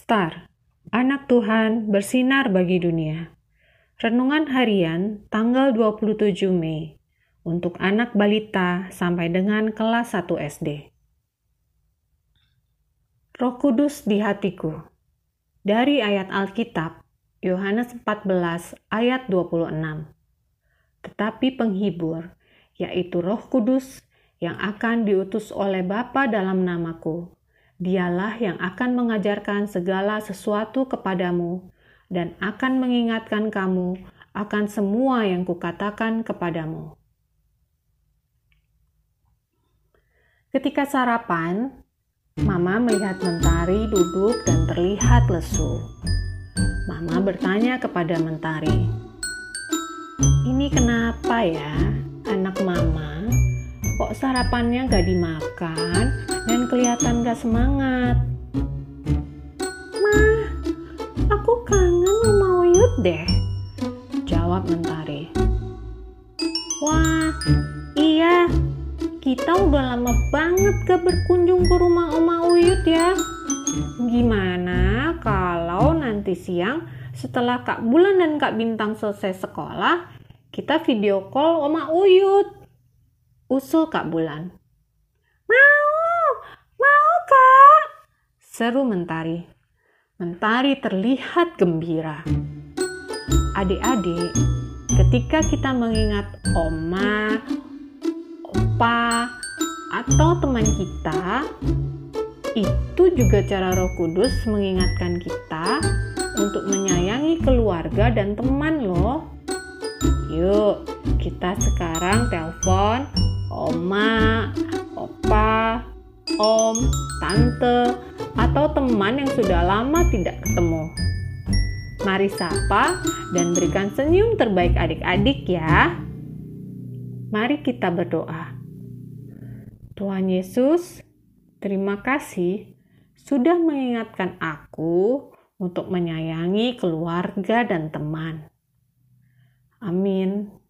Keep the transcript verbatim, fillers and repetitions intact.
Star, Anak Tuhan bersinar bagi dunia. Renungan harian tanggal dua puluh tujuh Mei untuk anak balita sampai dengan kelas satu S D. Roh Kudus di hatiku. Dari ayat Alkitab, Yohanes empat belas ayat dua puluh enam. Tetapi penghibur, yaitu Roh Kudus yang akan diutus oleh Bapa dalam namaku, Dialah yang akan mengajarkan segala sesuatu kepadamu dan akan mengingatkan kamu akan semua yang kukatakan kepadamu. Ketika sarapan, Mama melihat Mentari duduk dan terlihat lesu. Mama bertanya kepada Mentari, "Ini kenapa ya, anak Mama? Kok sarapannya gak dimakan dan kelihatan gak semangat?" "Ma, aku kangen Oma Uyut deh," jawab Mentari. "Wah, iya, kita udah lama banget gak berkunjung ke rumah Oma Uyut ya. Gimana kalau nanti siang setelah Kak Bulan dan Kak Bintang selesai sekolah, kita video call Oma Uyut?" usul Kak Bulan. "Mau, mau Kak," seru Mentari. Mentari terlihat gembira. Adik-adik, ketika kita mengingat oma, opa, atau teman kita, itu juga cara Roh Kudus mengingatkan kita untuk menyayangi keluarga dan teman loh. Yuk, kita sekarang telepon oma, opa, om, tante, atau teman yang sudah lama tidak ketemu. Mari sapa dan berikan senyum terbaik adik-adik ya. Mari kita berdoa. Tuhan Yesus, terima kasih sudah mengingatkan aku untuk menyayangi keluarga dan teman. Amin.